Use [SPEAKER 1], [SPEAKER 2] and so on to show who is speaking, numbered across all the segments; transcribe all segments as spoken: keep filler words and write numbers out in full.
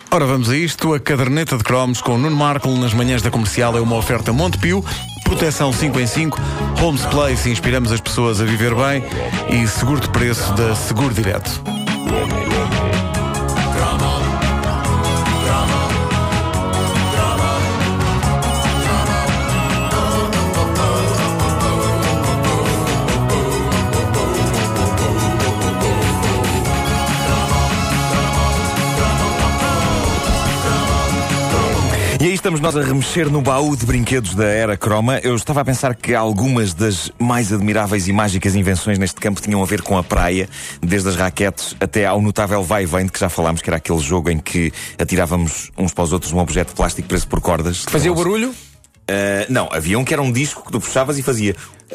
[SPEAKER 1] Ora, vamos a isto. A caderneta de cromos com Nuno Marco nas manhãs da Comercial é uma oferta Montepio, proteção cinco em cinco, Homes Place, inspiramos as pessoas a viver bem, e seguro de preço da Seguro Direto.
[SPEAKER 2] E aí estamos nós a remexer no baú de brinquedos da Era Croma. Eu estava a pensar que algumas das mais admiráveis e mágicas invenções neste campo tinham a ver com a praia, desde as raquetes até ao notável vai e vem, de que já falámos, que era aquele jogo em que atirávamos uns para os outros um objeto de plástico preso por cordas.
[SPEAKER 3] Fazia o barulho?
[SPEAKER 2] Uh, não, havia um que era um disco que tu puxavas e fazia...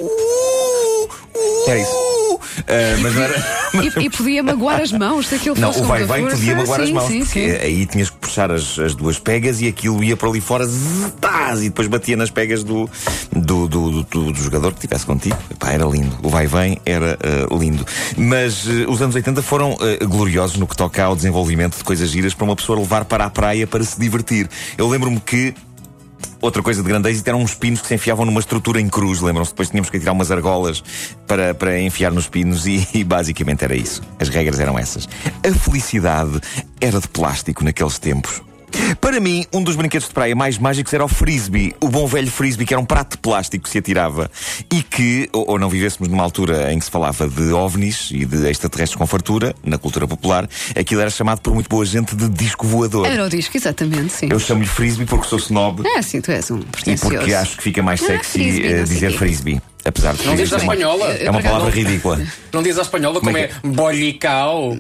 [SPEAKER 2] Era isso. Uh, mas não era...
[SPEAKER 4] E, e podia magoar as mãos se aquilo
[SPEAKER 2] Não,
[SPEAKER 4] fosse
[SPEAKER 2] o vai vai podia magoar
[SPEAKER 4] sim,
[SPEAKER 2] as mãos,
[SPEAKER 4] sim,
[SPEAKER 2] porque
[SPEAKER 4] sim.
[SPEAKER 2] aí tinhas que puxar as, as duas pegas e aquilo ia para ali fora, zzz, e depois batia nas pegas do, do, do, do, do jogador que estivesse contigo. Epá, era lindo. O vai vem era uh, lindo. Mas uh, os anos oitenta foram uh, gloriosos no que toca ao desenvolvimento de coisas giras para uma pessoa levar para a praia para se divertir. Eu lembro-me que outra coisa de grande êxito eram uns pinos que se enfiavam numa estrutura em cruz, lembram-se? Depois tínhamos que tirar umas argolas para, para enfiar nos pinos e, e basicamente era isso. As regras eram essas. A felicidade era de plástico naqueles tempos. Para mim, um dos brinquedos de praia mais mágicos era o frisbee. O bom velho frisbee, que era um prato de plástico que se atirava e que, ou, ou não vivêssemos numa altura em que se falava de ovnis e de extraterrestres com fartura, na cultura popular, aquilo era chamado por muito boa gente de disco voador.
[SPEAKER 4] Era o disco, exatamente, sim.
[SPEAKER 2] Eu chamo-lhe frisbee porque sou snob.
[SPEAKER 4] É, sim, tu és um
[SPEAKER 2] E
[SPEAKER 4] pretencioso.
[SPEAKER 2] porque acho que fica mais sexy
[SPEAKER 4] Ah, frisbee,
[SPEAKER 2] uh,
[SPEAKER 4] não sei
[SPEAKER 2] dizer
[SPEAKER 4] quê.
[SPEAKER 2] frisbee. Apesar de
[SPEAKER 3] Não
[SPEAKER 2] frisbee
[SPEAKER 3] dizes à
[SPEAKER 2] ser uma-
[SPEAKER 3] espanhola?
[SPEAKER 2] É uma palavra
[SPEAKER 3] Não-
[SPEAKER 2] ridícula.
[SPEAKER 3] Não diz à espanhola como,
[SPEAKER 2] Como é
[SPEAKER 3] é,
[SPEAKER 2] que
[SPEAKER 3] bolicau.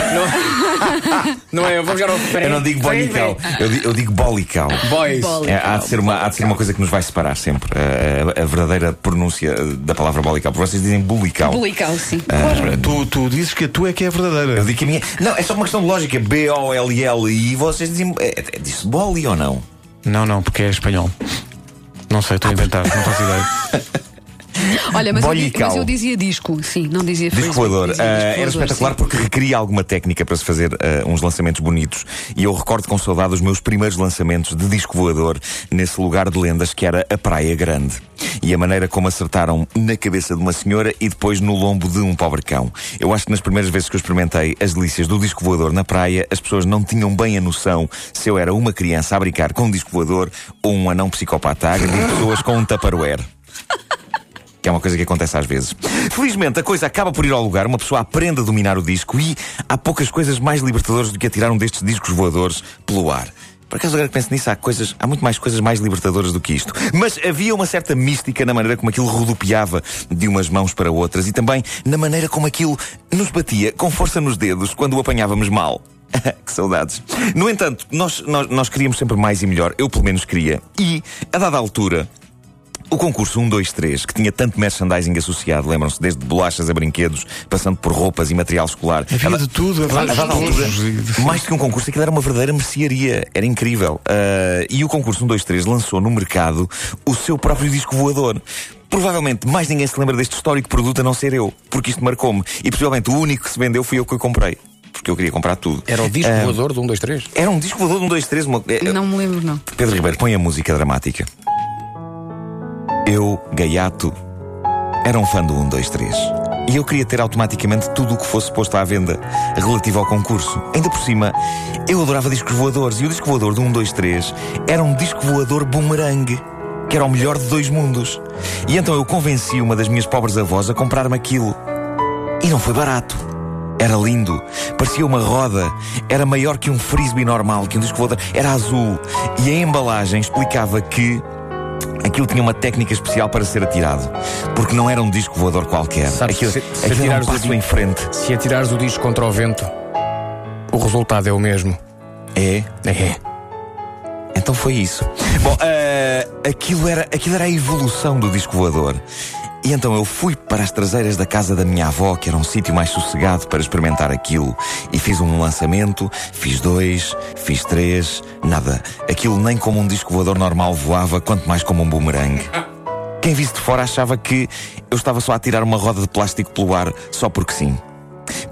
[SPEAKER 3] Não, não é? Vamos jogar ao
[SPEAKER 2] Eu não digo bolicau, eu digo, eu digo bolicau.
[SPEAKER 3] Boys.
[SPEAKER 4] Boli-
[SPEAKER 2] É, há, de ser uma, há de ser uma coisa que nos vai separar sempre. A, a- a verdadeira pronúncia da palavra bolicau. Porque vocês dizem bulical.
[SPEAKER 4] Bulical, sim.
[SPEAKER 1] Mas, tu, tu dizes que a tua é que é verdadeira.
[SPEAKER 2] Eu digo que a minha. Não, é só uma questão de lógica. B O L L I. E vocês dizem. É, é, disse boli ou não?
[SPEAKER 1] Não, não, porque é espanhol. Não sei, estou a inventar, não faço ideia.
[SPEAKER 4] Olha, mas eu, di-
[SPEAKER 2] Bolicau.
[SPEAKER 4] mas eu dizia disco, sim, não dizia
[SPEAKER 2] Disco
[SPEAKER 4] frisbee,
[SPEAKER 2] voador.
[SPEAKER 4] dizia
[SPEAKER 2] Ah,
[SPEAKER 4] disco
[SPEAKER 2] era
[SPEAKER 4] voador,
[SPEAKER 2] espetacular
[SPEAKER 4] sim.
[SPEAKER 2] porque requeria alguma técnica para se fazer ah, uns lançamentos bonitos. E eu recordo com saudade os meus primeiros lançamentos de disco voador nesse lugar de lendas que era a Praia Grande. E a maneira como acertaram na cabeça de uma senhora e depois no lombo de um pobre cão. Eu acho que nas primeiras vezes que eu experimentei as delícias do disco voador na praia, as pessoas não tinham bem a noção se eu era uma criança a brincar com um disco voador ou um anão psicopata a agredir pessoas com um tupperware. Que é uma coisa que acontece às vezes. Felizmente a coisa acaba por ir ao lugar, uma pessoa aprende a dominar o disco e há poucas coisas mais libertadoras do que atirar um destes discos voadores pelo ar. Por acaso agora que penso nisso, há, coisas, há muito mais coisas mais libertadoras do que isto. Mas havia uma certa mística na maneira como aquilo rodopiava de umas mãos para outras e também na maneira como aquilo nos batia com força nos dedos quando o apanhávamos mal. Que saudades. No entanto, nós, nós, nós queríamos sempre mais e melhor. Eu pelo menos queria. E, a dada altura, o concurso um, dois, três, que tinha tanto merchandising associado, lembram-se, desde bolachas a brinquedos, passando por roupas e material escolar.
[SPEAKER 1] Havia
[SPEAKER 2] A da-
[SPEAKER 1] de tudo,
[SPEAKER 2] a
[SPEAKER 1] havia
[SPEAKER 2] dada
[SPEAKER 1] de
[SPEAKER 2] altura,
[SPEAKER 1] todos.
[SPEAKER 2] mais do que um concurso, aquilo era uma verdadeira mercearia. Era incrível. Ah, e o concurso um, dois, três lançou no mercado o seu próprio disco voador. Provavelmente mais ninguém se lembra deste histórico produto a não ser eu, porque isto marcou-me. E possivelmente o único que se vendeu fui eu que o comprei. Porque eu queria comprar tudo.
[SPEAKER 3] Era o disco
[SPEAKER 2] Ah,
[SPEAKER 3] voador do um, dois, três.
[SPEAKER 2] Era um disco voador de um, dois, três. Uma... é-
[SPEAKER 4] Não me lembro, não.
[SPEAKER 2] Pedro Ribeiro, põe a música dramática. Eu, gaiato, era um fã do um, dois, três. E eu queria ter automaticamente tudo o que fosse posto à venda relativo ao concurso. Ainda por cima, eu adorava discos voadores. E o disco voador do um, dois, três era um disco voador boomerang, que era o melhor de dois mundos. E então eu convenci uma das minhas pobres avós a comprar-me aquilo. E não foi barato. Era lindo, parecia uma roda, era maior que um frisbee normal, que um disco voador, era azul. E a embalagem explicava que aquilo tinha uma técnica especial para ser atirado, porque não era um disco voador qualquer.
[SPEAKER 3] Sabes,
[SPEAKER 2] aquilo
[SPEAKER 3] se- se
[SPEAKER 2] aquilo era um
[SPEAKER 3] atirares o
[SPEAKER 2] passo
[SPEAKER 3] di-
[SPEAKER 2] em frente.
[SPEAKER 3] Se atirares o disco contra o vento, o resultado é o mesmo.
[SPEAKER 2] É?
[SPEAKER 3] É.
[SPEAKER 2] Então foi isso. Bom, ah, aquilo, era, aquilo era a evolução do disco voador. E então eu fui para as traseiras da casa da minha avó, que era um sítio mais sossegado para experimentar aquilo. E fiz um lançamento, fiz dois, fiz três, nada. Aquilo nem como um disco voador normal voava, quanto mais como um boomerang. Quem visse de fora achava que eu estava só a tirar uma roda de plástico pelo ar, só porque sim.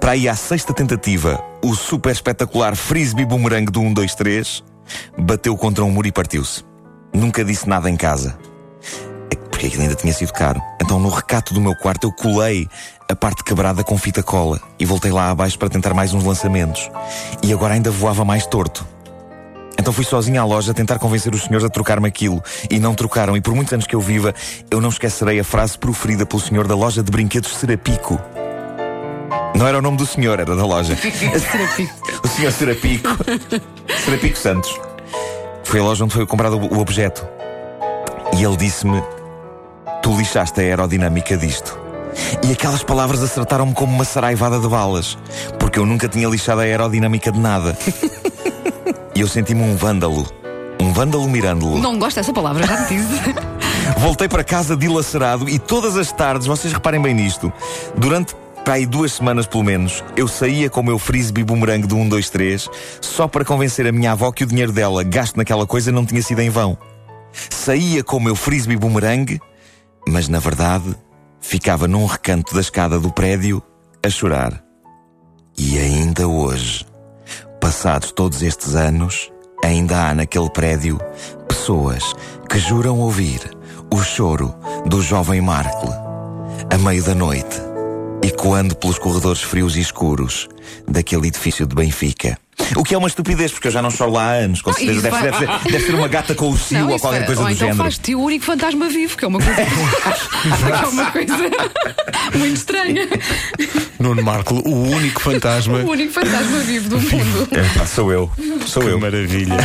[SPEAKER 2] Para aí à sexta tentativa, o super espetacular frisbee boomerang do um, dois, três bateu contra um muro e partiu-se. Nunca disse nada em casa. É porque aquilo ainda tinha sido caro. Então no recato do meu quarto eu colei a parte quebrada com fita cola e voltei lá abaixo para tentar mais uns lançamentos. E agora ainda voava mais torto. Então fui sozinho à loja tentar convencer os senhores a trocar-me aquilo. E não trocaram. E por muitos anos que eu viva, eu não esquecerei a frase proferida pelo senhor da loja de brinquedos Serapico. Não era o nome do senhor, era da loja. O senhor Serapico. Serapico Santos. Foi a loja onde foi comprado o objeto. E ele disse-me: tu lixaste a aerodinâmica disto. E aquelas palavras acertaram-me como uma saraivada de balas, porque eu nunca tinha lixado a aerodinâmica de nada. E eu senti-me um vândalo. Um vândalo mirândolo.
[SPEAKER 4] Não gosto dessa palavra, já te disse.
[SPEAKER 2] Voltei para casa dilacerado e todas as tardes, vocês reparem bem nisto, durante para aí duas semanas pelo menos, eu saía com o meu frisbee boomerang do um, dois, três só para convencer a minha avó que o dinheiro dela gasto naquela coisa não tinha sido em vão. Saía com o meu frisbee boomerang, mas na verdade ficava num recanto da escada do prédio a chorar. E ainda hoje, passados todos estes anos, ainda há naquele prédio pessoas que juram ouvir o choro do jovem Markle a meio da noite, ecoando pelos corredores frios e escuros daquele edifício de Benfica. O que é uma estupidez, porque eu já não choro lá há anos. Com certeza deve, deve, ser, deve ser uma gata com o cio ou qualquer coisa
[SPEAKER 4] ou
[SPEAKER 2] do
[SPEAKER 4] então
[SPEAKER 2] género.
[SPEAKER 4] Faz-te o único fantasma vivo, que é uma coisa, que é uma coisa muito estranha.
[SPEAKER 1] Nuno Marco, o único fantasma.
[SPEAKER 4] O único fantasma vivo do mundo.
[SPEAKER 2] É, pá, sou eu. Sou
[SPEAKER 1] que
[SPEAKER 2] eu.
[SPEAKER 1] Maravilha.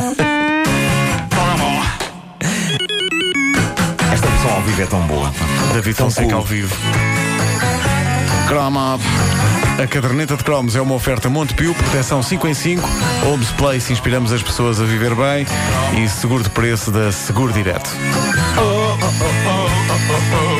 [SPEAKER 2] Esta versão ao vivo é tão boa.
[SPEAKER 1] David Fonseca ao vivo. Chrome Up. A caderneta de cromos é uma oferta Montepio, proteção cinco em cinco, Homes Place, inspiramos as pessoas a viver bem, e seguro de preço da Seguro Direto. Oh, oh, oh, oh, oh, oh.